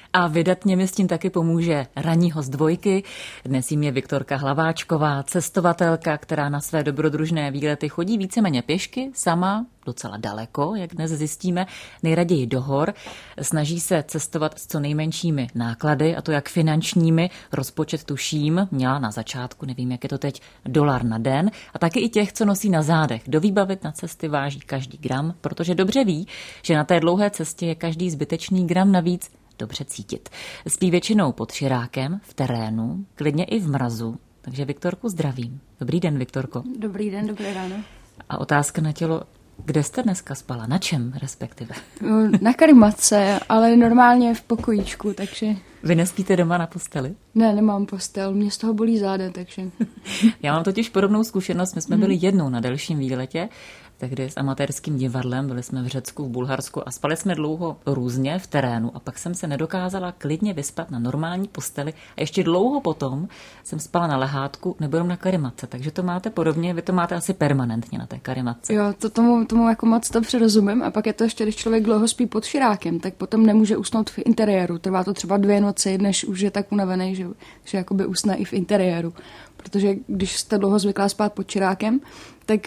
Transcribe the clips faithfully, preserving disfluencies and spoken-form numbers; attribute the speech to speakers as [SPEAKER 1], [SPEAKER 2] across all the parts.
[SPEAKER 1] A vydatně mi s tím taky pomůže ranní host dvojky. Dnes jim je Viktorka Hlaváčková, cestovatelka, která na své dobrodružné výlety chodí víceméně pěšky, sama, docela daleko, jak dnes zjistíme, nejraději do hor. Snaží se cestovat s co nejmenšími náklady, a to jak finančními, rozpočet tuším, měla na začátku, nevím, jak je to teď, dolar na den, a taky i těch, co nosí na zádech. Do výbavy na cesty váží každý gram, protože dobře ví, že na té dlouhé cestě je každý zbytečný gram navíc dobře cítit. Spí většinou pod širákem, v terénu, klidně i v mrazu. Takže Viktorku zdravím. Dobrý den, Viktorko.
[SPEAKER 2] Dobrý den, dobré ráno.
[SPEAKER 1] A otázka na tělo, kde jste dneska spala? Na čem respektive?
[SPEAKER 2] Na karimatce, ale normálně v pokojíčku, takže...
[SPEAKER 1] Vy nespíte doma na posteli?
[SPEAKER 2] Ne, nemám postel, mě z toho bolí záda, takže...
[SPEAKER 1] Já mám totiž podobnou zkušenost, my jsme byli jednou na delším výletě, tehdy s amatérským divadlem, byli jsme v Řecku, v Bulharsku a spali jsme dlouho různě v terénu a pak jsem se nedokázala klidně vyspat na normální posteli a ještě dlouho potom jsem spala na lehátku nebo jenom na karimatce, takže to máte podobně, vy to máte asi permanentně na té karimatce.
[SPEAKER 2] Jo, to tomu, tomu jako moc dobře rozumím a pak je to ještě, když člověk dlouho spí pod širákem, tak potom nemůže usnout v interiéru, trvá to třeba dvě noci, než už je tak unavený, že, že jakoby usne i v interiéru, protože když jste dlouho zvyklá spát pod širákem, tak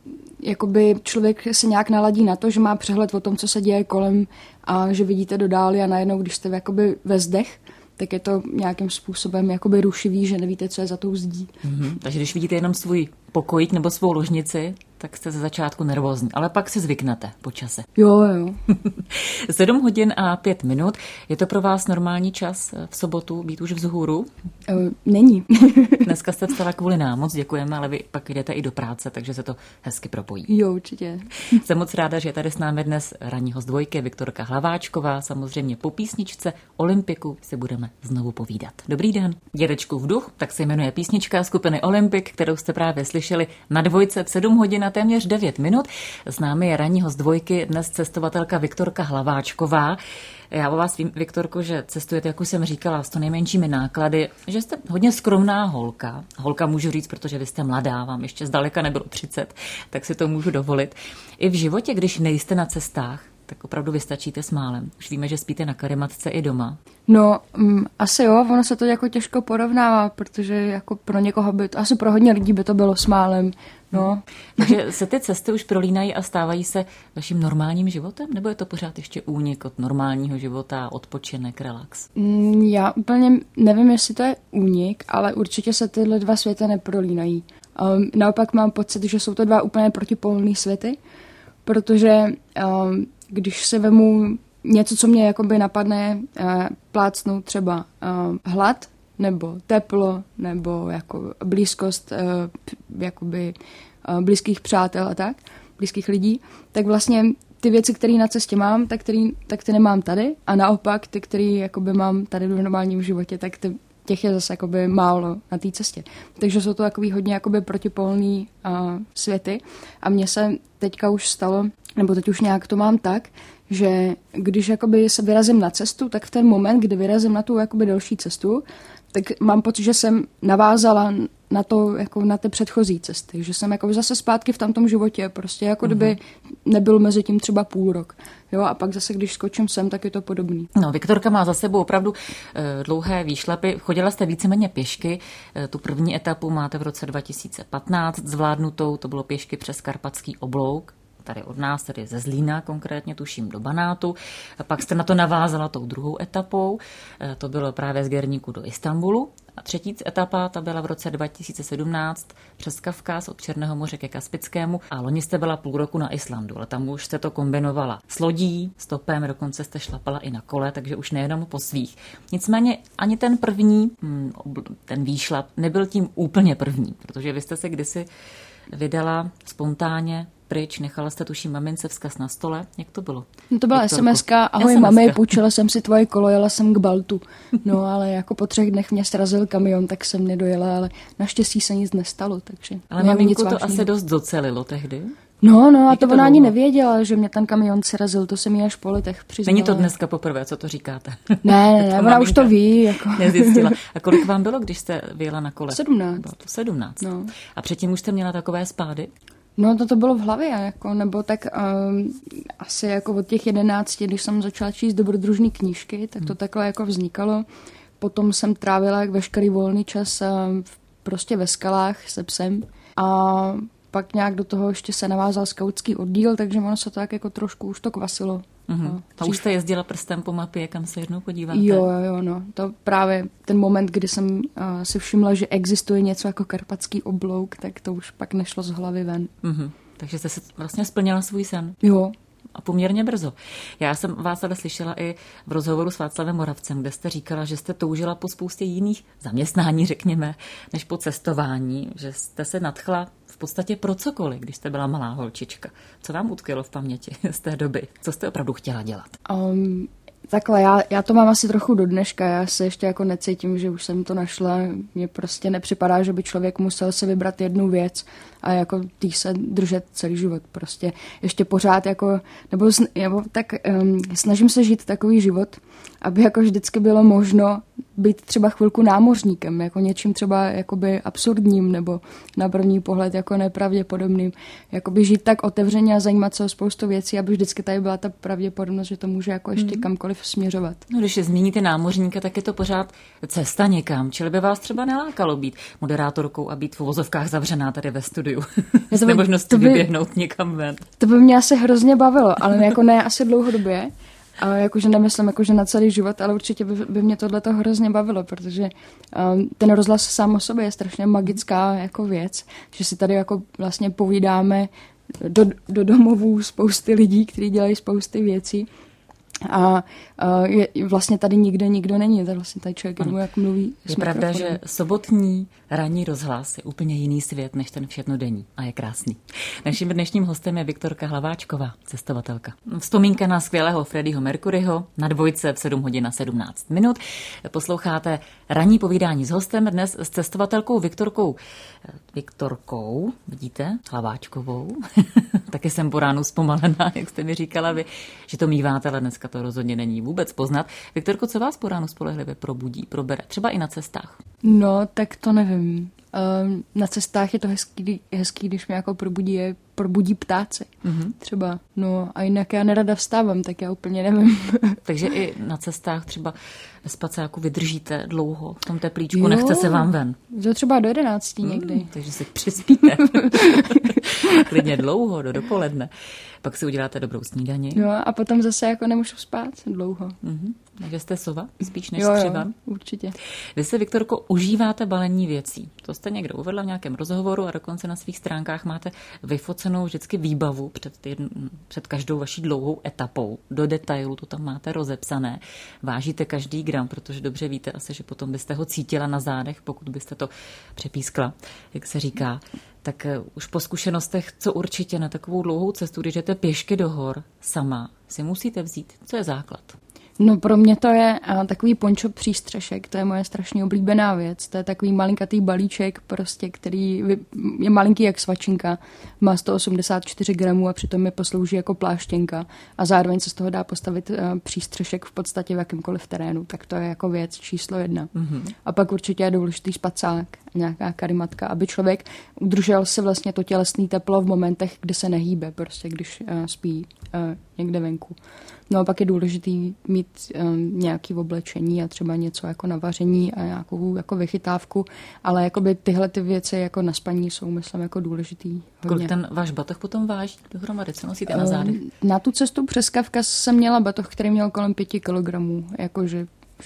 [SPEAKER 2] jakoby člověk se nějak naladí na to, že má přehled o tom, co se děje kolem a že vidíte do dály a najednou, když jste jakoby ve zdech, tak je to nějakým způsobem jakoby rušivý, že nevíte, co je za tou zdí.
[SPEAKER 1] Mm-hmm. Takže když vidíte jenom svůj pokojík nebo svou ložnici, tak jste ze začátku nervózní, ale pak si zvyknete po čase.
[SPEAKER 2] Jo, jo.
[SPEAKER 1] Sedm hodin a pět minut. Je to pro vás normální čas v sobotu být už vzhůru?
[SPEAKER 2] E, není.
[SPEAKER 1] Dneska jste vstala kvůli nám, moc děkujeme, ale vy pak jdete i do práce, takže se to hezky propojí.
[SPEAKER 2] Jo, určitě.
[SPEAKER 1] Jsem moc ráda, že je tady s námi dnes ranní host dvojky Viktorka Hlaváčková, samozřejmě po písničce Olympiku si budeme znovu povídat. Dobrý den. Dědečkův duch, tak se jmenuje písnička skupiny Olympik, kterou jste právě slyšeli na dvojce v sedm hodin a téměř devět minut. S námi je ranní host dvojky, dnes cestovatelka Viktorka Hlaváčková. Já o vás vím, Viktorko, že cestujete, jak už jsem říkala, s to nejmenšími náklady, že jste hodně skromná holka. Holka můžu říct, protože vy jste mladá, vám ještě zdaleka nebylo třicet, tak si to můžu dovolit. I v životě, když nejste na cestách, tak opravdu vystačíte s málem. Už víme, že spíte na karimatce i doma.
[SPEAKER 2] No, um, asi jo, ono se to jako těžko porovnává, protože jako pro někoho by to, asi pro hodně lidí by to bylo s málem, no.
[SPEAKER 1] Takže se ty cesty už prolínají a stávají se vaším normálním životem? Nebo je to pořád ještě únik od normálního života, odpočinek, relax?
[SPEAKER 2] Mm, já úplně nevím, jestli to je únik, ale určitě se tyhle dva světy neprolínají. Um, naopak mám pocit, že jsou to dva úplně protipolné světy, protože um, když se vemu něco, co mě jakoby napadne, uh, plácnout třeba uh, hlad, nebo teplo, nebo jako blízkost uh, jakoby, uh, blízkých přátel a tak, blízkých lidí, tak vlastně ty věci, které na cestě mám, tak, který, tak ty nemám tady a naopak ty, které jakoby mám tady v normálním životě, tak ty, těch je zase jakoby málo na té cestě. Takže jsou to takový hodně jakoby protipolný uh, světy a mně se teďka už stalo, nebo teď už nějak to mám tak, že když jakoby se vyrazím na cestu, tak v ten moment, kdy vyrazím na tu jakoby delší cestu, tak mám pocit, že jsem navázala na to, jako na ty předchozí cesty, že jsem jako zase zpátky v tamtom životě, prostě jako uh-huh. kdyby nebyl mezi tím třeba půl rok. Jo, a pak zase, když skočím sem, tak je to podobný.
[SPEAKER 1] No, Viktorka má za sebou opravdu e, dlouhé výšlapy. Chodila jste víceméně pěšky. E, tu první etapu máte v roce dva tisíce patnáct zvládnutou, to bylo pěšky přes Karpatský oblouk. Tady od nás, tady ze Zlína konkrétně, tuším do Banátu. A pak jste na to navázala tou druhou etapou, e, to bylo právě z Gerníku do Istanbulu. A třetí etapa, ta byla v roce dva tisíce sedmnáct přes Kavkaz od Černého moře ke Kaspickému a loni jste byla půl roku na Islandu, ale tam už jste to kombinovala s lodí, stopem, dokonce jste šlapala i na kole, takže už nejenom po svých. Nicméně ani ten první, ten výšlap nebyl tím úplně první, protože vy jste se kdysi vydala spontánně pryč, nechala jste tuším mamince vzkaz na stole. Jak to bylo?
[SPEAKER 2] No to byla es em eska, ahoj mami, půjčila jsem si tvoje kolo, jela jsem k Baltu. No ale jako po třech dnech mě srazil kamion, tak jsem nedojela, ale naštěstí se nic nestalo, takže...
[SPEAKER 1] Ale maminku to asi dost docelilo tehdy.
[SPEAKER 2] No, no a to ona ani nevěděla, že mě ten kamion srazil, to jsem jí až po letech přiznala.
[SPEAKER 1] Není to dneska poprvé, co to říkáte?
[SPEAKER 2] Ne, ne, ne, ona už to ví. Jako.
[SPEAKER 1] Nezjistila. A kolik vám bylo, když jste vyjela na kole?
[SPEAKER 2] sedmnáct.
[SPEAKER 1] Bylo to sedmnáct.
[SPEAKER 2] No.
[SPEAKER 1] A předtím už jste měla takové spády?
[SPEAKER 2] No to to bylo v hlavě, jako, nebo tak um, asi jako od těch jedenácti, když jsem začala číst dobrodružné knížky, tak to hmm. takhle jako vznikalo. Potom jsem trávila veškerý volný čas um, prostě ve skalách se psem a pak nějak do toho ještě se navázal skautský oddíl, takže ono se tak jako trošku už to kvasilo.
[SPEAKER 1] Mm-hmm.
[SPEAKER 2] No,
[SPEAKER 1] a už jste jezdila prstem po mapě, kam se jednou podíváte?
[SPEAKER 2] Jo, jo, no. To právě ten moment, kdy jsem uh, si všimla, že existuje něco jako karpatský oblouk, tak to už pak nešlo z hlavy ven.
[SPEAKER 1] Mm-hmm. Takže jste si vlastně splnila svůj sen.
[SPEAKER 2] Jo.
[SPEAKER 1] A poměrně brzo. Já jsem vás ale slyšela i v rozhovoru s Václavem Moravcem, kde jste říkala, že jste toužila po spoustě jiných zaměstnání, řekněme, než po cestování, že jste se nadchla v podstatě pro cokoliv, když jste byla malá holčička. Co vám utkvělo v paměti z té doby? Co jste opravdu chtěla dělat?
[SPEAKER 2] Um, takhle, já, já to mám asi trochu do dneška. Já se ještě jako necítím, že už jsem to našla. Mně prostě nepřipadá, že by člověk musel se vybrat jednu věc a jako tý se držet celý život. Prostě ještě pořád jako, nebo, nebo tak um, snažím se žít takový život, aby jako vždycky bylo možno být třeba chvilku námořníkem, jako něčím třeba jakoby absurdním nebo na první pohled jako nepravděpodobným. Jakoby žít tak otevřeně a zajímat se o spoustu věcí, aby vždycky tady byla ta pravděpodobnost, že to může jako ještě hmm. kamkoliv směřovat.
[SPEAKER 1] No, když je zmíníte námořníka, tak je to pořád cesta někam. Čili by vás třeba nelákalo být moderátorkou a být v uvozovkách zavřená tady ve studiu. S nemožností by, vyběhnout někam ven.
[SPEAKER 2] To by mě asi hrozně bavilo, ale jako ne asi dlouhodobě. A jakože nemyslím jakože na celý život, ale určitě by, by mě tohleto hrozně bavilo, protože um, ten rozhlas sám o sobě je strašně magická jako věc, že si tady jako vlastně povídáme do, do domovů spousty lidí, kteří dělají spousty věcí. A uh, je, vlastně tady nikde nikdo není, tady vlastně tady člověk jenom jak mluví.
[SPEAKER 1] Je pravda, že sobotní ranní rozhlas je úplně jiný svět než ten všednodenní a je krásný. Naším dnešním hostem je Viktorka Hlaváčková, cestovatelka. Vzpomínka na skvělého Freddieho Mercuryho na dvojce v sedm hodin a sedmnáct minut. Posloucháte ranní povídání s hostem, dnes s cestovatelkou Viktorkou Viktorkou, vidíte, Hlaváčkovou. Taky jsem po ránu zpomalená, jak jste mi říkala vy, že to míváte, ale dneska to rozhodně není vůbec poznat. Viktorko, co vás po ránu spolehlivě probudí, probere? Třeba i na cestách?
[SPEAKER 2] No, tak to nevím. Um, na cestách je to hezký, hezký, když mě jako probudí, je, probudí ptáci. Mm-hmm. Třeba. No a jinak já nerada vstávám, tak já úplně nevím.
[SPEAKER 1] Takže i na cestách třeba ve spacáku vydržíte dlouho v tom teplíčku, jo, nechce se vám ven?
[SPEAKER 2] To třeba do jedenácti někdy.
[SPEAKER 1] Mm, takže si přispíte. Klidně dlouho, do dopoledne. Pak si uděláte dobrou snídani.
[SPEAKER 2] No a potom zase jako nemůžu spát dlouho.
[SPEAKER 1] Mm-hmm. Takže jste sova, spíš než
[SPEAKER 2] jo,
[SPEAKER 1] střeva?
[SPEAKER 2] Jo, určitě.
[SPEAKER 1] Vy se, Viktorko, užíváte balení věcí. To jste někdo uvedla v nějakém rozhovoru a dokonce na svých stránkách máte vyfocenou vždycky výbavu před, jedn, před každou vaší dlouhou etapou. Do detailu to tam máte rozepsané. Vážíte každý gram, protože dobře víte asi, že potom byste ho cítila na zádech, pokud byste to přepískla, jak se říká. Tak už po zkušenostech, co určitě na takovou dlouhou cestu, když jdete pěšky do hor sama, si musíte vzít. Co je základ?
[SPEAKER 2] No pro mě to je uh, takový pončo přístřešek, to je moje strašně oblíbená věc. To je takový malinkatý balíček, prostě, který je malinký jak svačinka, má sto osmdesát čtyři gramů a přitom mi poslouží jako pláštěnka a zároveň se z toho dá postavit uh, přístřešek v podstatě v jakýmkoliv terénu, tak to je jako věc číslo jedna. Mm-hmm. A pak určitě je důležitý spacák, nějaká karimatka, aby člověk udržel si vlastně to tělesné teplo v momentech, kdy se nehýbe, prostě když uh, spí uh, někde venku. No a pak je důležitý mít um, nějaké oblečení a třeba něco jako na vaření a nějakou jako vychytávku, ale jakoby tyhle ty věci jako na spaní jsou, myslím, jako důležitý. Hodně.
[SPEAKER 1] Kolik ten váš batoh potom váží dohromady? Co nosíte na zádech? Um,
[SPEAKER 2] na tu cestu přes Kavkaz jsem měla batoh, který měl kolem pěti kilogramů, jakože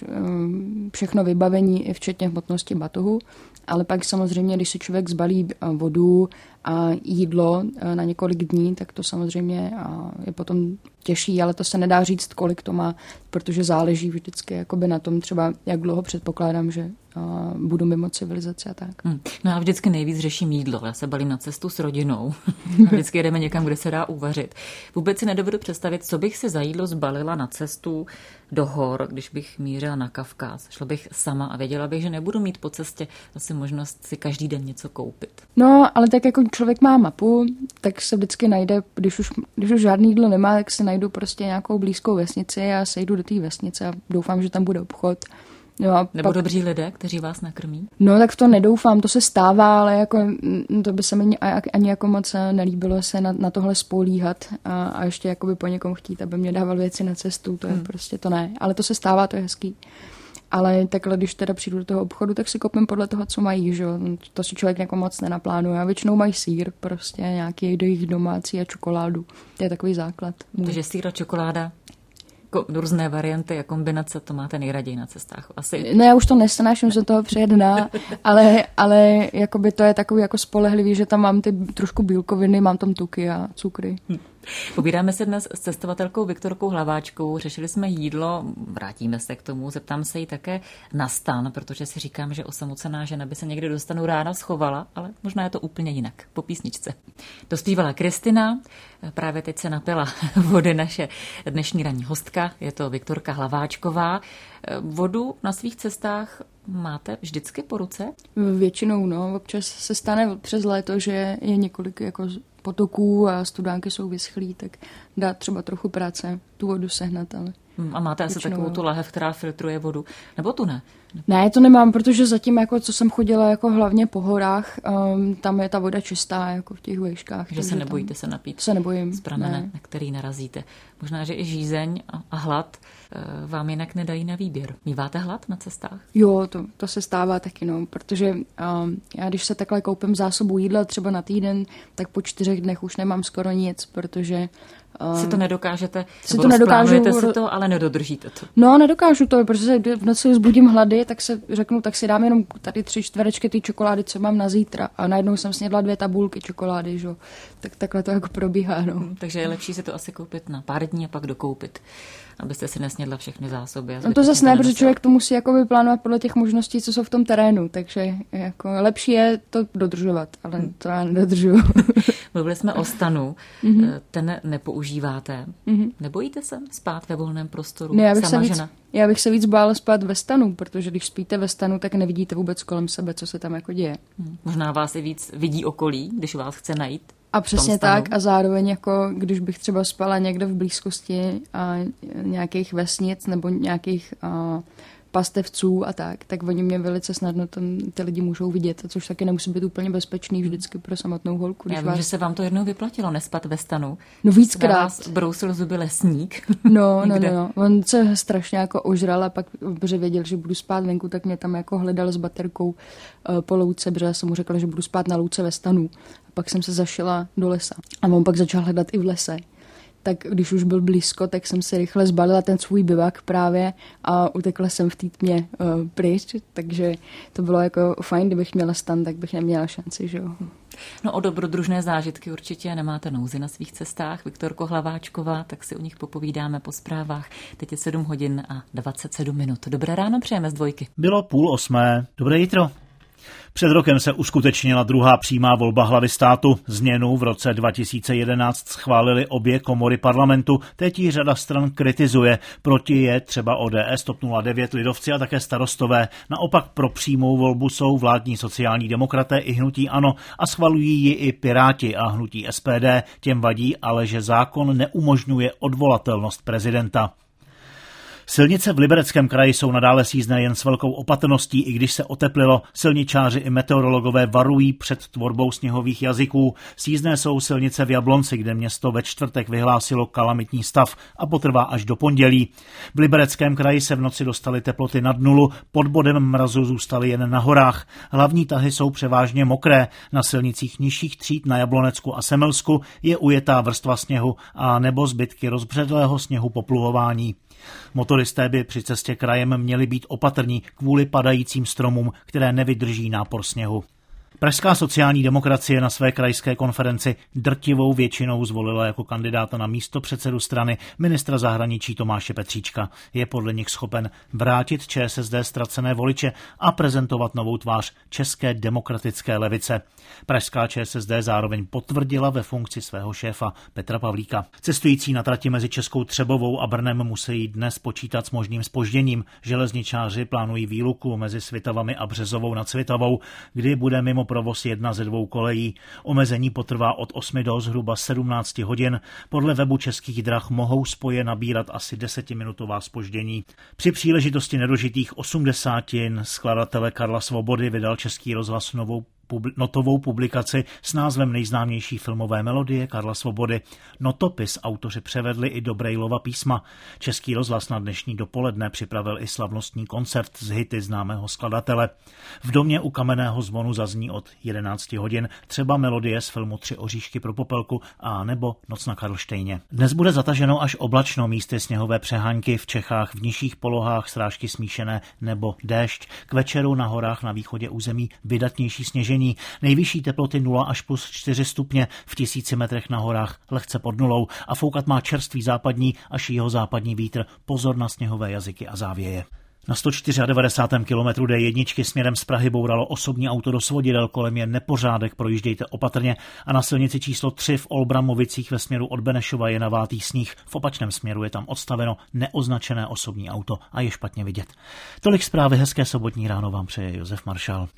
[SPEAKER 2] um, všechno vybavení, i včetně hmotnosti batohu, ale pak samozřejmě, když si člověk zbalí vodu a jídlo na několik dní, tak to samozřejmě je potom těžší, ale to se nedá říct, kolik to má, protože záleží vždycky jakoby na tom třeba, jak dlouho předpokládám, že budu mimo civilizaci a tak.
[SPEAKER 1] Hmm. No já vždycky nejvíc řeším jídlo. Já se balím na cestu s rodinou. A vždycky jedeme někam, kde se dá uvařit. Vůbec si nedovedu představit, co bych si za jídlo zbalila na cestu do hor, když bych mířila na Kavkaz. Šla bych sama a věděla bych, že nebudu mít po cestě zase možnost si každý den něco koupit.
[SPEAKER 2] No, ale tak jako člověk má mapu, tak se vždycky najde, když už, když už žádný jídlo nemá, tak si najdu prostě nějakou blízkou vesnici a sejdu do té vesnice a doufám, že tam bude obchod. Jo, a
[SPEAKER 1] Nebo
[SPEAKER 2] pak...
[SPEAKER 1] dobří lidé, kteří vás nakrmí?
[SPEAKER 2] No tak v to nedoufám, to se stává, ale jako, to by se mi ani jako moc nelíbilo se na, na tohle spolíhat a, a ještě jakoby po někom chtít, aby mě dával věci na cestu, to je hmm. prostě to ne. Ale to se stává, to je hezký. Ale takhle, když teda přijdu do toho obchodu, tak si kopím podle toho, co mají, že jo. To si člověk jako moc nenaplánuje. A většinou mají sýr, prostě nějaký do jejich domácí a čokoládu. To je takový základ.
[SPEAKER 1] Takže sýr a čokoláda, různé varianty a kombinace, to máte nejraději na cestách. Asi.
[SPEAKER 2] Ne, já už to nesnáším, jsem toho přejedná, ale, ale jakoby to je takový jako spolehlivý, že tam mám ty trošku bílkoviny, mám tam tuky a cukry. Hm.
[SPEAKER 1] Povídáme se dnes s cestovatelkou Viktorkou Hlaváčkou, řešili jsme jídlo, vrátíme se k tomu, zeptám se jí také na stan, protože si říkám, že osamocená žena by se někdy do stanu ráda schovala, ale možná je to úplně jinak. Po písničce. Dospívala Kristina, právě teď se napila vody naše dnešní ranní hostka, je to Viktorka Hlaváčková. Vodu na svých cestách máte vždycky po ruce?
[SPEAKER 2] Většinou, no. Občas se stane přes léto, že je několik jako potoků a studánky jsou vyschlý, tak dá třeba trochu práce tu vodu sehnat, ale...
[SPEAKER 1] A máte asi většinou takovou tu lahev, která filtruje vodu, nebo tu ne?
[SPEAKER 2] Ne, to nemám, protože zatím, jako, co jsem chodila jako hlavně po horách, um, tam je ta voda čistá, jako v těch výškách.
[SPEAKER 1] Že se nebojíte se napít
[SPEAKER 2] se nebojím,
[SPEAKER 1] z pramene,
[SPEAKER 2] ne.
[SPEAKER 1] na který narazíte. Možná, že i žízeň a, a hlad uh, vám jinak nedají na výběr. Míváte hlad na cestách?
[SPEAKER 2] Jo, to, to se stává taky, no, protože um, já když se takhle koupím zásobu jídla třeba na týden, tak po čtyřech dnech už nemám skoro nic, protože
[SPEAKER 1] Um, si to nedokážete,
[SPEAKER 2] si to nedokážu,
[SPEAKER 1] si to, ale nedodržíte to.
[SPEAKER 2] No, nedokážu to, protože v noci vzbudím hlady, tak se řeknu, tak si dám jenom tady tři čtverečky ty čokolády, co mám na zítra. A najednou jsem snědla dvě tabulky čokolády, že? Tak takhle to jako probíhá, no.
[SPEAKER 1] Hmm, takže je lepší si to asi koupit na pár dní a pak dokoupit, abyste si nesnědla všechny zásoby.
[SPEAKER 2] No to zase ne, protože člověk to musí jako vyplánovat podle těch možností, co jsou v tom terénu, takže jako lepší je to dodržovat, ale hmm. to já nedodržuju.
[SPEAKER 1] Mluvili jsme o stanu, mm-hmm. ten nepoužíváte. Mm-hmm. Nebojíte se spát ve volném prostoru?
[SPEAKER 2] Ne, já bych
[SPEAKER 1] sama
[SPEAKER 2] se víc,
[SPEAKER 1] žena?
[SPEAKER 2] Já bych se víc bála spát ve stanu, protože když spíte ve stanu, tak nevidíte vůbec kolem sebe, co se tam jako děje.
[SPEAKER 1] Hmm. Možná vás i víc vidí okolí, když vás chce najít.
[SPEAKER 2] A přesně tak a zároveň jako když bych třeba spala někde v blízkosti a nějakých vesnic nebo nějakých a, pastevců a tak, tak oni mě velice snadno tam ty lidi můžou vidět, což taky nemusí být úplně bezpečný vždycky pro samotnou holku.
[SPEAKER 1] Já vím, vás... že se vám to jednou vyplatilo nespat ve stanu.
[SPEAKER 2] No víckrát.
[SPEAKER 1] Na vás brousil zuby lesník.
[SPEAKER 2] No, no, no, no. On se strašně jako ožral a pak, protože věděl, že budu spát venku, tak mě tam jako hledal s baterkou uh, po louce, protože já jsem mu řekla, že budu spát na louce ve stanu. A pak jsem se zašila do lesa. A on pak začal hledat i v lese. Tak když už byl blízko, tak jsem si rychle zbalila ten svůj bivak právě a utekla jsem v té tmě uh, pryč, takže to bylo jako fajn, kdybych měla stan, tak bych neměla šanci, že jo.
[SPEAKER 1] No o dobrodružné zážitky určitě nemáte nouzi na svých cestách. Viktorko Hlaváčková, tak si o nich popovídáme po zprávách. Teď je sedm hodin a dvacet sedm minut. Dobré ráno přejeme z dvojky.
[SPEAKER 3] Bylo půl osmé. Dobré jitro. Před rokem se uskutečnila druhá přímá volba hlavy státu. Změnu v roce dva tisíce jedenáct schválili obě komory parlamentu. Teď ji řada stran kritizuje. Proti je třeba O D S, TOP nula devět, lidovci a také starostové. Naopak pro přímou volbu jsou vládní sociální demokraté i hnutí ANO a schvalují ji i Piráti a hnutí S P D. Těm vadí ale, že zákon neumožňuje odvolatelnost prezidenta. Silnice v Libereckém kraji jsou nadále sízdné jen s velkou opatrností, i když se oteplilo. Silničáři i meteorologové varují před tvorbou sněhových jazyků. Sízdné jsou silnice v Jablonci, kde město ve čtvrtek vyhlásilo kalamitní stav a potrvá až do pondělí. V Libereckém kraji se v noci dostaly teploty nad nulu, pod bodem mrazu zůstaly jen na horách. Hlavní tahy jsou převážně mokré. Na silnicích nižších tříd na Jablonecku a Semelsku je ujetá vrstva sněhu a nebo zbytky rozbředlého sněhu po pluhování. Motoristé by při cestě krajem měli být opatrní kvůli padajícím stromům, které nevydrží nápor sněhu. Pražská sociální demokracie na své krajské konferenci drtivou většinou zvolila jako kandidáta na místopředsedu strany ministra zahraničí Tomáše Petříčka. Je podle nich schopen vrátit Č S S D ztracené voliče a prezentovat novou tvář české demokratické levice. Pražská Č S S D zároveň potvrdila ve funkci svého šéfa Petra Pavlíka. Cestující na trati mezi Českou Třebovou a Brnem musí dnes počítat s možným zpožděním. Železničáři plánují výluku mezi Svitavami a Březovou nad Svitavou, kdy bude mimo provoz jedna ze dvou kolejí. Omezení potrvá od osmi do zhruba sedmnácti hodin. Podle webu Českých drah mohou spoje nabírat asi desetiminutová zpoždění. Při příležitosti nedožitých osmdesátin skladatele Karla Svobody vydal Český rozhlas novou notovou publikaci s názvem nejznámější filmové melodie Karla Svobody. Notopis autoři převedli i do Braillova písma. Český rozhlas na dnešní dopoledne připravil i slavnostní koncert z hity známého skladatele. V domě u Kamenného zvonu zazní od jedenácti hodin třeba melodie z filmu Tři oříšky pro popelku a nebo Noc na Karlštejně. Dnes bude zataženo až oblačno, místy sněhové přehánky, v Čechách v nižších polohách srážky smíšené nebo déšť. K večeru na horách na východě území vydatnější sněžení. Nejvyšší teploty nula až plus čtyři stupně, v tisíci metrech na horách lehce pod nulou a foukat má čerstvý západní až jihozápadní vítr, pozor na sněhové jazyky a závěje. Na sto devadesátém čtvrtém kilometru dé jedna směrem z Prahy bouralo osobní auto do svodidel, kolem je nepořádek, projíždějte opatrně a na silnici číslo tři v Olbramovicích ve směru od Benešova je navátý sníh, v opačném směru je tam odstaveno neoznačené osobní auto a je špatně vidět. Tolik zprávy, hezké sobotní ráno vám přeje Josef Maršál.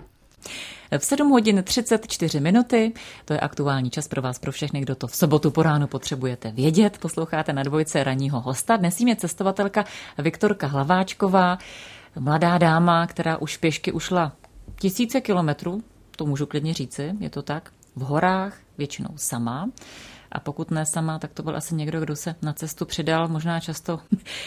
[SPEAKER 1] V sedm hodin třicet čtyři minuty, to je aktuální čas pro vás, pro všechny, kdo to v sobotu po ránu potřebujete vědět. Posloucháte Na dvojce ranního hosta. Dnes je cestovatelka Viktorka Hlaváčková, mladá dáma, která už pěšky ušla tisíce kilometrů, to můžu klidně říci, je to tak, v horách, většinou sama. A pokud ne sama, tak to byl asi někdo, kdo se na cestu přidal, možná často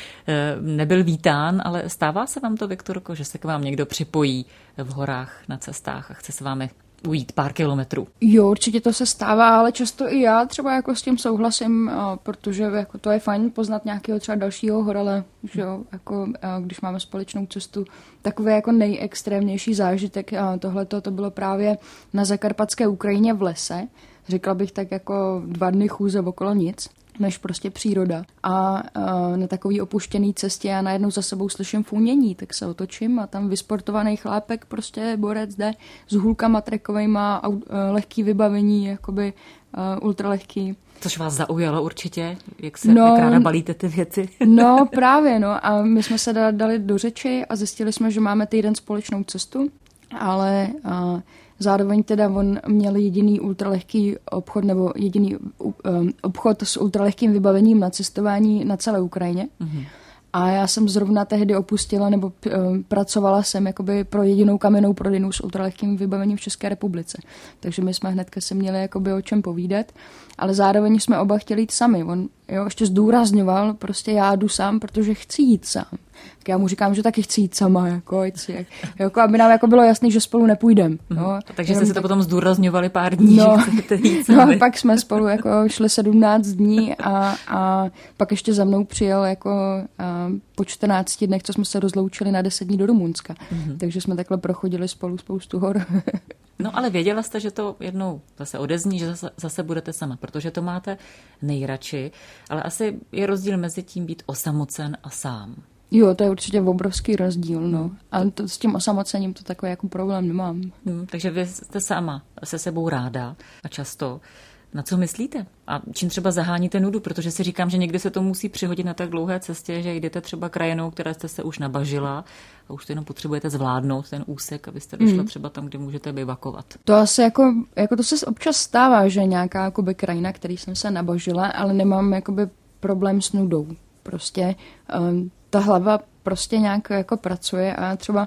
[SPEAKER 1] nebyl vítán, ale stává se vám to, Viktorko, že se k vám někdo připojí v horách na cestách a chce s vámi ujít pár kilometrů?
[SPEAKER 2] Jo, určitě to se stává, ale často i já třeba jako s tím souhlasím, protože jako to je fajn poznat nějakého třeba dalšího horale, že jo, jako když máme společnou cestu. Takový jako nejextrémnější zážitek tohleto to bylo právě na zakarpatské Ukrajině v lese. Řekla bych tak jako dva dny chůze okolo nic, než prostě příroda. A uh, na takový opuštěný cestě já najednou za sebou slyším fůnění, tak se otočím a tam vysportovaný chlápek, prostě borec jde s hůlkama trekovejma, uh, lehký vybavení, jakoby uh, ultralehký.
[SPEAKER 1] Což vás zaujalo určitě, jak se
[SPEAKER 2] no,
[SPEAKER 1] jak ráda balíte ty věci.
[SPEAKER 2] No právě, no a my jsme se dali do řeči a zjistili jsme, že máme týden společnou cestu, ale uh, zároveň teda on měl jediný ultralehký obchod nebo jediný um, obchod s ultralehkým vybavením na cestování na celé Ukrajině. Mm-hmm. A já jsem zrovna tehdy opustila nebo um, pracovala jsem jakoby pro jedinou kamennou prodejnu s ultralehkým vybavením v České republice. Takže my jsme hnedka se měli jakoby o čem povídat, ale zároveň jsme oba chtěli jít sami. On jo, ještě zdůrazňoval, prostě já jdu sám, protože chci jít sám. Tak já mu říkám, že taky chci jít sama, jako, jak, jako aby nám jako bylo jasný, že spolu nepůjdem. No.
[SPEAKER 1] Takže jste si to tak potom zdůrazňovali pár dní,
[SPEAKER 2] no,
[SPEAKER 1] že chcete jít sami.
[SPEAKER 2] No, pak jsme spolu jako šli sedmnáct dní a, a pak ještě za mnou přijel jako a, po čtrnácti dnech, co jsme se rozloučili na deset dní do Rumunska. Mm-hmm. Takže jsme takhle prochodili spolu spoustu hor.
[SPEAKER 1] No ale věděla jste, že to jednou zase odezní, že zase, zase budete sama, protože to máte nejradši, ale asi je rozdíl mezi tím být osamocen a sám.
[SPEAKER 2] Jo, to je určitě obrovský rozdíl, no. A to, s tím osamocením to takový jako problém nemám.
[SPEAKER 1] Hmm, takže vy jste sama se sebou ráda a často. Na co myslíte? A čím třeba zaháníte nudu? Protože si říkám, že někdy se to musí přihodit na tak dlouhé cestě, že jdete třeba krajinou, které jste se už nabažila a už to jenom potřebujete zvládnout, ten úsek, abyste došla hmm. třeba tam, kde můžete bivakovat. To
[SPEAKER 2] asi jako, jako to se občas stává, že nějaká jakoby krajina, který jsem se nabažila, ale nemám jakoby problém s nudou. Prostě um, ta hlava prostě nějak jako pracuje a třeba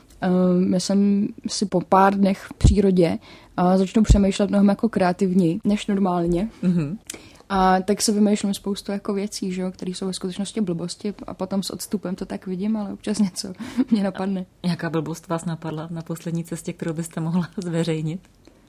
[SPEAKER 2] um, já jsem si po pár dnech v přírodě a začnu přemýšlet mnohem jako kreativněji než normálně. Mm-hmm. A tak se vymýšlím spoustu jako věcí, že jo, které jsou ve skutečnosti blbosti a potom s odstupem to tak vidím, ale občas něco mě napadne.
[SPEAKER 1] A jaká blbost vás napadla na poslední cestě, kterou byste mohla zveřejnit?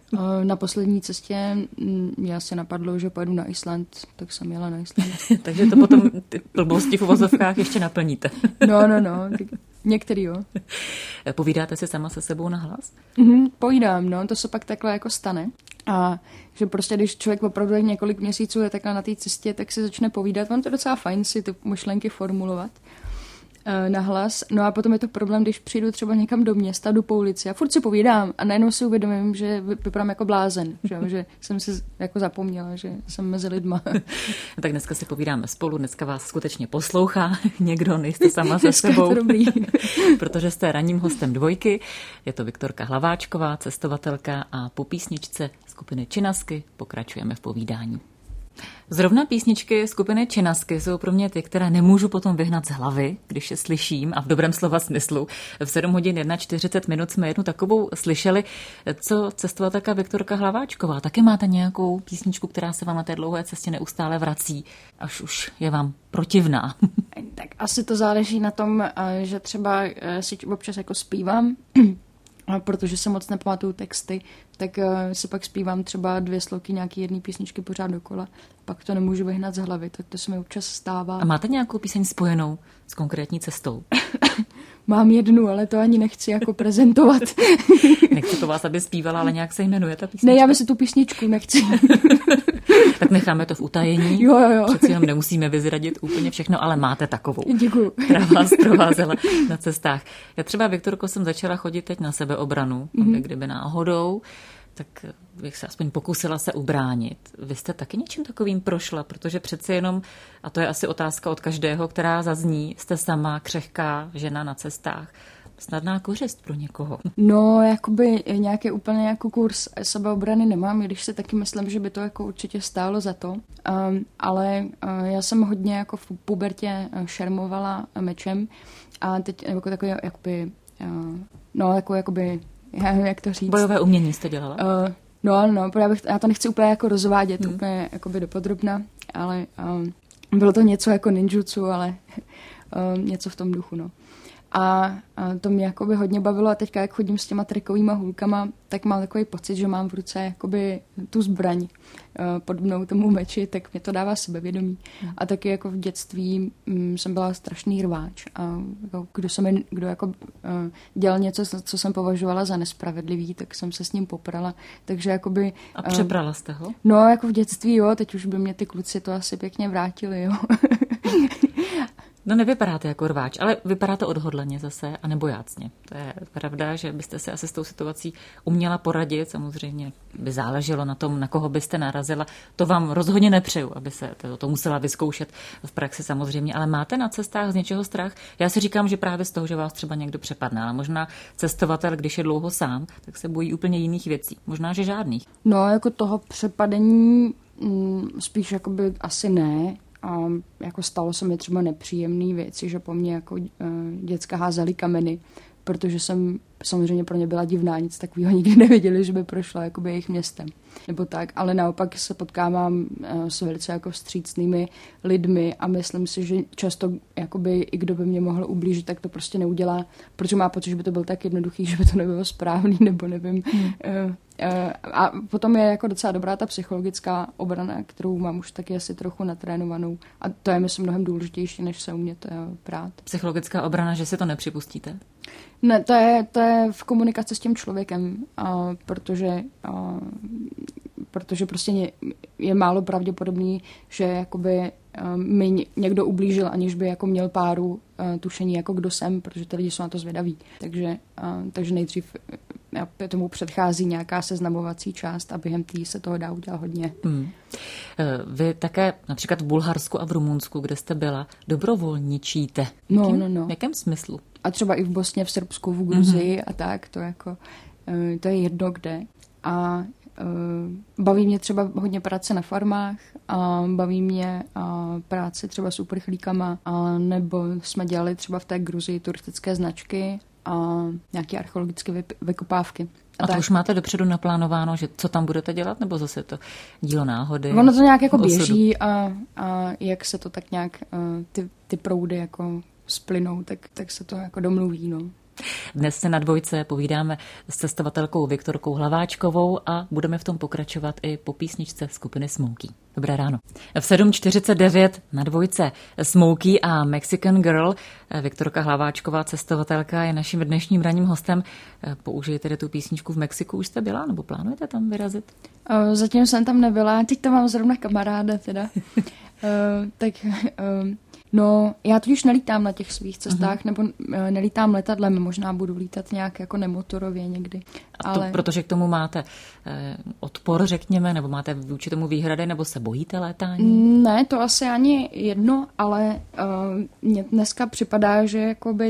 [SPEAKER 2] Na poslední cestě mě asi napadlo, že pojedu na Island, tak jsem jela na Island.
[SPEAKER 1] Takže to potom ty blbosti v uvozovkách ještě naplníte.
[SPEAKER 2] No, no, no, některý jo.
[SPEAKER 1] Povídáte si sama se sebou nahlas?
[SPEAKER 2] Mm, povídám, no, to se pak takhle jako stane. A že prostě, když člověk opravdu několik měsíců je takhle na té cestě, tak si začne povídat. On to je docela fajn si ty myšlenky formulovat. nahlas. No a potom je to problém, když přijdu třeba někam do města, jdu po ulici a furt si povídám a najednou si uvědomím, že vypadám jako blázen, že, že jsem si jako zapomněla, že jsem mezi lidma.
[SPEAKER 1] Tak dneska si povídáme spolu, dneska vás skutečně poslouchá někdo, nejste sama se sebou, protože jste ranním hostem Dvojky. Je to Viktorka Hlaváčková, cestovatelka, a po písničce skupiny Činasky pokračujeme v povídání. Zrovna písničky skupiny Činasky jsou pro mě ty, které nemůžu potom vyhnat z hlavy, když je slyším, a v dobrém slova smyslu. V sedm hodin čtyřicet jedna minut jsme jednu takovou slyšeli. Co cestovatelka Viktorka Hlaváčková? Taky máte nějakou písničku, která se vám na té dlouhé cestě neustále vrací, až už je vám protivná?
[SPEAKER 2] Tak asi to záleží na tom, že třeba si občas jako zpívám, a protože se moc nepamatuju texty, tak uh, si pak zpívám třeba dvě sloky nějaký jedné písničky pořád dokola. Pak to nemůžu vyhnat z hlavy, tak to se mi občas stává.
[SPEAKER 1] A máte nějakou píseň spojenou s konkrétní cestou?
[SPEAKER 2] Mám jednu, ale to ani nechci jako prezentovat.
[SPEAKER 1] Nechci po vás, aby zpívala, ale nějak se jmenuje ta písnička.
[SPEAKER 2] Ne, já by si tu písničku nechci.
[SPEAKER 1] Tak necháme to v utajení.
[SPEAKER 2] Jo, jo, jo.
[SPEAKER 1] Přeci jenom nemusíme vyzradit úplně všechno, ale máte takovou.
[SPEAKER 2] Děkuju.
[SPEAKER 1] Která vás provázela na cestách. Já třeba, Viktorko, jsem začala chodit teď na sebeobranu, mm-hmm. aby kdyby náhodou, tak bych se aspoň pokusila se ubránit. Vy jste taky něčím takovým prošla, protože přeci jenom, a to je asi otázka od každého, která zazní, jste sama křehká žena na cestách. Snadná kořist pro někoho.
[SPEAKER 2] No, jakoby nějaký úplně jako kurz sebeobrany nemám, když si taky myslím, že by to jako určitě stálo za to. Um, ale uh, já jsem hodně jako v pubertě šermovala mečem a teď jako takový jakoby, uh, no, jako jakoby, já nevím, jak to říct.
[SPEAKER 1] Bojové umění jste dělala? Uh,
[SPEAKER 2] no, no, já, bych, já to nechci úplně jako rozvádět, hmm. úplně jakoby dopodrobna, ale um, bylo to něco jako ninjutsu, ale um, něco v tom duchu, no. A to mě jakoby hodně bavilo a teďka, jak chodím s těma trikovýma hůlkama, tak mám takový pocit, že mám v ruce jakoby tu zbraň podobnou tomu meči, tak mě to dává sebevědomí. A taky jako v dětství m, jsem byla strašný rváč. A jako, kdo, se mi, kdo jako, uh, dělal něco, co jsem považovala za nespravedlivý, tak jsem se s ním poprala. Takže jakoby...
[SPEAKER 1] A přeprala jste ho?
[SPEAKER 2] No, jako v dětství, jo, teď už by mě ty kluci to asi pěkně vrátili, jo.
[SPEAKER 1] No, nevypadáte jako rváč, ale vypadáte odhodlaně zase a nebojácně. To je pravda, že byste si asi s tou situací uměla poradit. Samozřejmě by záleželo na tom, na koho byste narazila. To vám rozhodně nepřeju, aby se to, to musela vyzkoušet v praxi samozřejmě. Ale máte na cestách z něčeho strach? Já si říkám, že právě z toho, že vás třeba někdo přepadne. Ale možná cestovatel, když je dlouho sám, tak se bojí úplně jiných věcí. Možná, že žádných.
[SPEAKER 2] No, jako toho přepadení m, spíš jakoby asi ne. A jako stalo se mi třeba nepříjemné věci, že po mně jako uh, děcka házeli kameny, protože jsem samozřejmě pro ně byla divná, nic takového nikdy nevěděli, že by prošla jakoby jejich městem. Nebo tak, ale naopak se potkávám uh, s velice jako vstřícnými lidmi a myslím si, že často jakoby i kdo by mě mohl ublížit, tak to prostě neudělá, protože má pocit, že by to byl tak jednoduchý, že by to nebylo správný, nebo nevím. Hmm. Uh, A potom je jako docela dobrá ta psychologická obrana, kterou mám už taky asi trochu natrénovanou. A to je, myslím, mnohem důležitější, než se umět prát.
[SPEAKER 1] Psychologická obrana, že si to nepřipustíte?
[SPEAKER 2] Ne, to je, to je v komunikaci s tím člověkem, a protože, a, protože prostě je málo pravděpodobný, že jakoby mi někdo ublížil, aniž by jako měl páru tušení, jako kdo jsem, protože ty lidi jsou na to zvědaví. Takže, takže nejdřív tomu předchází nějaká seznamovací část a během té se toho dá udělat hodně. Hmm.
[SPEAKER 1] Vy také například v Bulharsku a v Rumunsku, kde jste byla, dobrovolničíte.
[SPEAKER 2] No, Jakým, no, no.
[SPEAKER 1] V jakém smyslu?
[SPEAKER 2] A třeba i v Bosně, v Srbsku, v Gruzii mm-hmm. a tak, to jako, to je jedno kde. A baví mě třeba hodně práce na farmách a baví mě práce třeba s uprchlíkama, a nebo jsme dělali třeba v té Gruzii turistické značky a nějaké archeologické vykopávky.
[SPEAKER 1] A, a to tak. Už máte dopředu naplánováno, že co tam budete dělat, nebo zase to dílo náhody?
[SPEAKER 2] Ono to nějak jako běží a, a jak se to tak nějak ty, ty proudy jako splynou, tak, tak se to jako domluví, no.
[SPEAKER 1] Dnes se na Dvojce povídáme s cestovatelkou Viktorkou Hlaváčkovou a budeme v tom pokračovat i po písničce skupiny Smokey. Dobré ráno. V sedm čtyřicet devět na Dvojce Smokey a Mexican Girl. Viktorka Hlaváčková, cestovatelka, je naším dnešním ranním hostem. Použijete tedy tu písničku v Mexiku. Už jste byla nebo plánujete tam vyrazit?
[SPEAKER 2] O, zatím jsem tam nebyla, teď tam mám zrovna kamaráda teda. o, tak... O, No, já totiž nelítám na těch svých cestách, uh-huh. nebo nelítám letadlem, možná budu lítat nějak jako nemotorově někdy.
[SPEAKER 1] A to,
[SPEAKER 2] ale...
[SPEAKER 1] protože k tomu máte eh, odpor, řekněme, nebo máte vůči tomu výhrady, nebo se bojíte létání?
[SPEAKER 2] Ne, to asi ani jedno, ale uh, mně dneska připadá, že jakoby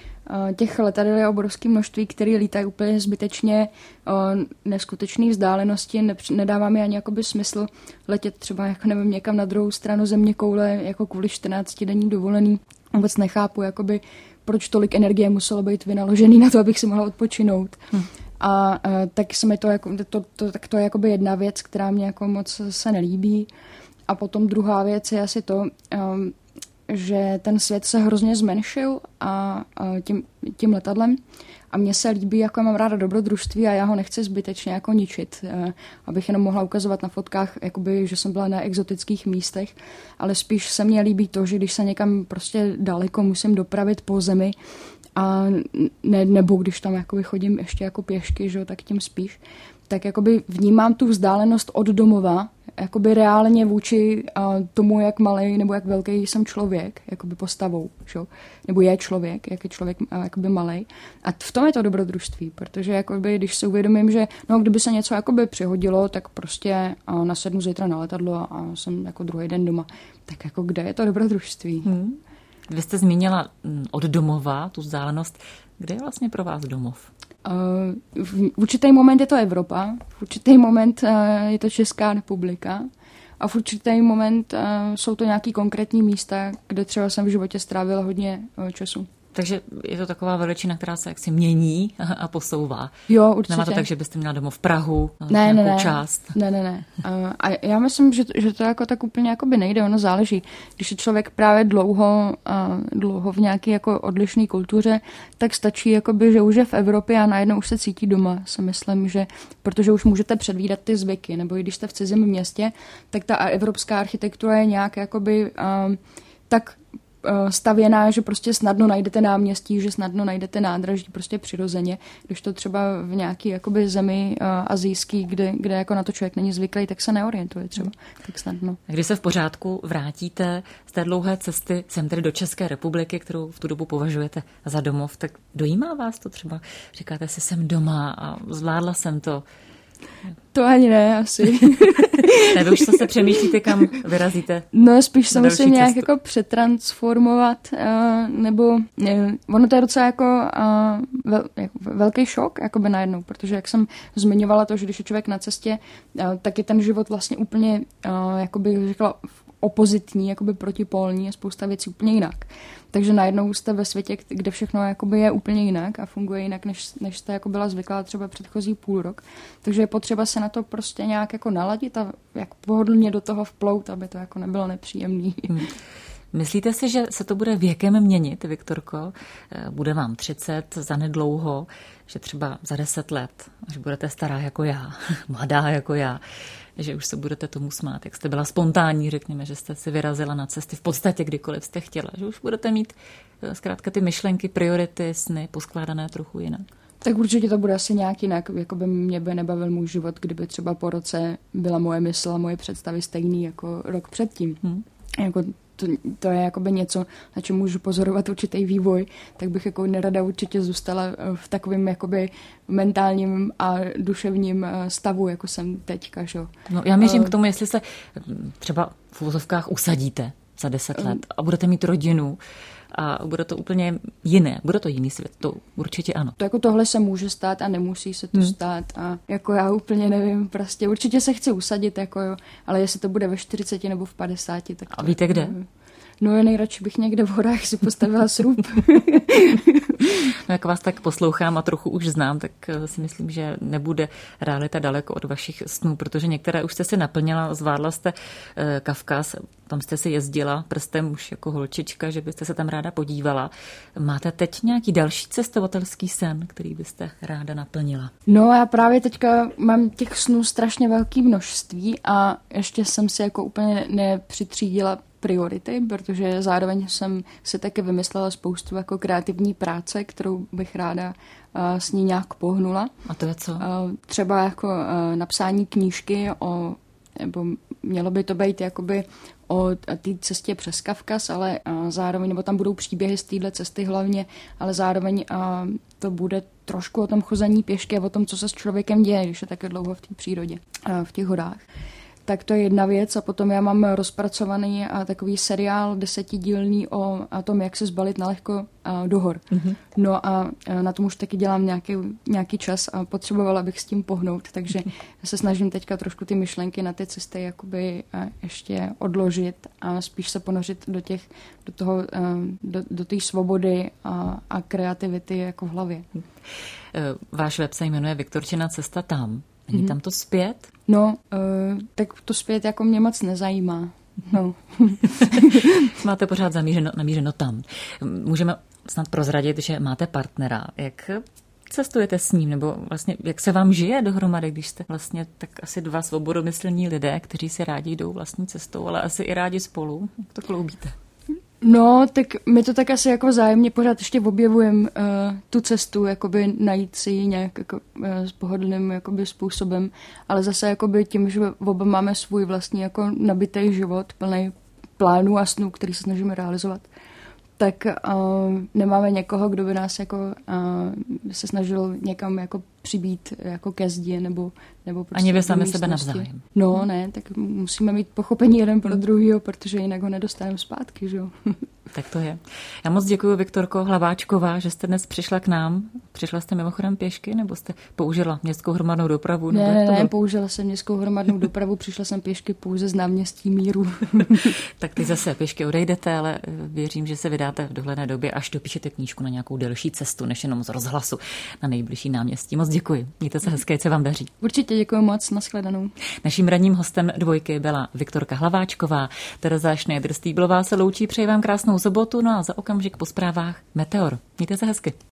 [SPEAKER 2] těch letadel je obrovské množství, které lítají úplně zbytečně neskutečné vzdálenosti. Nedává mi ani jakoby smysl letět třeba jako nevím, někam na druhou stranu země koule jako kvůli čtrnáctidenní dovolený. Vůbec nechápu, jakoby, proč tolik energie muselo být vynaložený na to, abych si mohla odpočinout. Hm. A, a tak se mi to, jako, to, to, tak to je jakoby jedna věc, která mě jako moc se nelíbí. A potom druhá věc je asi to, um, že ten svět se hrozně zmenšil a, a tím, tím letadlem a mně se líbí, jako mám ráda dobrodružství a já ho nechci zbytečně jako ničit, a, abych jenom mohla ukazovat na fotkách, jakoby, že jsem byla na exotických místech, ale spíš se mně líbí to, že když se někam prostě daleko musím dopravit po zemi a ne, nebo když tam jakoby chodím ještě jako pěšky, že, tak tím spíš, tak jakoby vnímám tu vzdálenost od domova, jakoby reálně vůči uh, tomu, jak malej nebo jak velký jsem člověk, jakoby postavou, šo? Nebo je člověk, jak je člověk uh, jakoby malej. A v tom je to dobrodružství, protože jakoby, když si uvědomím, že no, kdyby se něco jakoby přihodilo, tak prostě uh, nasednu zítra na letadlo a jsem jako druhý den doma. Tak jako kde je to dobrodružství?
[SPEAKER 1] Hmm. Vy jste zmínila od domova tu vzdálenost. Kde je vlastně pro vás domov?
[SPEAKER 2] Uh, v určitý moment je to Evropa, v určitý moment uh, je to Česká republika a v určitý moment uh, jsou to nějaký konkrétní místa, kde třeba jsem v životě strávila hodně uh, času. Takže
[SPEAKER 1] je to taková veličina, která se jaksi mění a posouvá.
[SPEAKER 2] Jo, určitě.
[SPEAKER 1] Nemá to tak, že byste měla domov v Prahu,
[SPEAKER 2] ne,
[SPEAKER 1] nějakou
[SPEAKER 2] ne, ne.
[SPEAKER 1] část?
[SPEAKER 2] Ne, ne, ne. A já myslím, že, že to jako tak úplně jakoby nejde, ono záleží. Když je člověk právě dlouho, dlouho v nějaké jako odlišné kultuře, tak stačí, jakoby, že už je v Evropě a najednou už se cítí doma, si myslím, že protože už můžete předvídat ty zvyky, nebo i když jste v cizím městě, tak ta evropská architektura je nějak jakoby um, tak stavěná, že prostě snadno najdete náměstí, že snadno najdete nádraží prostě přirozeně. Když to třeba v nějaký jakoby zemi uh, azijský, kde, kde jako na to člověk není zvyklý, tak se neorientuje třeba tak snadno.
[SPEAKER 1] Když se v pořádku vrátíte z té dlouhé cesty sem tedy do České republiky, kterou v tu dobu považujete za domov, tak dojímá vás to třeba? Říkáte si, jsem doma a zvládla jsem to.
[SPEAKER 2] To ani ne, asi.
[SPEAKER 1] Ne, vy už se přemýšlíte, kam vyrazíte?
[SPEAKER 2] No, spíš se musím nějak jako přetransformovat, uh, nebo ne, ono to je docela jako, uh, vel, jako velký šok, jakoby najednou, protože jak jsem zmiňovala to, že když je člověk na cestě, uh, tak je ten život vlastně úplně, uh, jakoby řekla, opozitní, jakoby protipolní a spousta věcí úplně jinak. Takže najednou jste ve světě, kde všechno jakoby je úplně jinak a funguje jinak, než, než jste jako byla zvyklá třeba předchozí půl rok. Takže je potřeba se na to prostě nějak jako naladit a jak pohodlně do toho vplout, aby to jako nebylo nepříjemný.
[SPEAKER 1] Hmm. Myslíte si, že se to bude věkem měnit, Viktorko? Bude vám třicet zanedlouho, že třeba za deset let, až budete stará jako já, mladá jako já, že už se budete tomu smát, jak jste byla spontánní, řekněme, že jste si vyrazila na cesty v podstatě kdykoliv jste chtěla, že už budete mít zkrátka ty myšlenky, priority, sny poskládané trochu jinak.
[SPEAKER 2] Tak určitě to bude asi nějak jinak, jako by mě by nebavil můj život, kdyby třeba po roce byla moje mysl a moje představy stejný jako rok předtím. Hmm. Jako to, to je jakoby něco, na čem můžu pozorovat určitý vývoj, tak bych jako nerada určitě zůstala v takovém jakoby mentálním a duševním stavu, jako jsem teďka. Že?
[SPEAKER 1] No, já mířím uh, k tomu, jestli se třeba v uvozovkách usadíte za deset let a budete mít rodinu a bude to úplně jiné, bude to jiný svět, to určitě ano.
[SPEAKER 2] To jako tohle se může stát a nemusí se to hmm. stát a jako já úplně nevím, prostě určitě se chci usadit, jako jo, ale jestli to bude ve čtyřiceti nebo v padesáti, tak to...
[SPEAKER 1] A víte kde?
[SPEAKER 2] Nevím. No nejradši bych někde v horách si postavila srub.
[SPEAKER 1] No, jak vás tak poslouchám a trochu už znám, tak si myslím, že nebude realita daleko od vašich snů, protože některé už jste si naplnila, zvládla jste eh, Kavkaz, tam jste si jezdila prstem už jako holčička, že byste se tam ráda podívala. Máte teď nějaký další cestovatelský sen, který byste ráda naplnila?
[SPEAKER 2] No já právě teďka mám těch snů strašně velké množství a ještě jsem si jako úplně nepřitřídila priority, protože zároveň jsem si taky vymyslela spoustu jako kreativní práce, kterou bych ráda uh, s ní nějak pohnula.
[SPEAKER 1] A to je co? Uh,
[SPEAKER 2] třeba jako uh, napsání knížky o nebo mělo by to být jakoby o té cestě přes Kavkaz, ale zároveň, nebo tam budou příběhy z téhle cesty hlavně, ale zároveň to bude trošku o tom chození pěšky a o tom, co se s člověkem děje, když je také dlouho v té přírodě, v těch horách. Tak to je jedna věc a potom já mám rozpracovaný a takový seriál desetidílný o a tom, jak se zbalit nalehko a do hor. Mm-hmm. No a na tom už taky dělám nějaký, nějaký čas a potřebovala bych s tím pohnout, takže se snažím teďka trošku ty myšlenky na ty cesty jakoby ještě odložit a spíš se ponořit do těch, do toho, do, do té svobody a, a kreativity jako v hlavě.
[SPEAKER 1] Váš web se jmenuje Viktorčina cesta tam. Není mm-hmm. tam to zpět?
[SPEAKER 2] No, uh, tak to zpět jako mě moc nezajímá. No.
[SPEAKER 1] Máte pořád zamířeno, namířeno tam. Můžeme snad prozradit, že máte partnera. Jak cestujete s ním? Nebo vlastně jak se vám žije dohromady, když jste vlastně tak asi dva svobodomyslní lidé, kteří si rádi jdou vlastní cestou, ale asi i rádi spolu? Jak to kloubíte?
[SPEAKER 2] No, tak my to tak asi jako vzájemně pořád ještě objevujeme uh, tu cestu, jakoby najít si ji nějak jako, uh, s pohodlným jakoby způsobem, ale zase jakoby tím, že oba máme svůj vlastní jako nabitý život, plný plánů a snů, který se snažíme realizovat, tak uh, nemáme někoho, kdo by nás jako uh, se snažil někam jako přibít jako ke zdi, nebo, nebo prostě
[SPEAKER 1] ani vy sami sebe navzájem.
[SPEAKER 2] No ne, tak musíme mít pochopení jeden pro druhýho, protože jinak ho nedostaneme zpátky, že jo.
[SPEAKER 1] Tak to je. Já moc děkuji, Viktorko Hlaváčková, že jste dnes přišla k nám. Přišla jste mimochodem pěšky, nebo jste použila městskou hromadnou dopravu?
[SPEAKER 2] Ne, ne, ne, použila jsem městskou hromadnou dopravu, přišla jsem pěšky pouze z náměstí Míru.
[SPEAKER 1] Tak ty zase pěšky odejdete, ale věřím, že se vydáte v dohledné době, až dopíšete knížku na nějakou delší cestu, než jenom z rozhlasu na nejbližší náměstí. Moc děkuji. Mějte se hezké, co vám daří.
[SPEAKER 2] Určitě děkuji moc, nashledanou.
[SPEAKER 1] Naším ranním hostem dvojky byla Viktorka Hlaváčková. Tereza Schneider-Stýblová se loučí, přeji vám krásnou sobotu, no a za okamžik po zprávách Meteor. Mějte se hezky.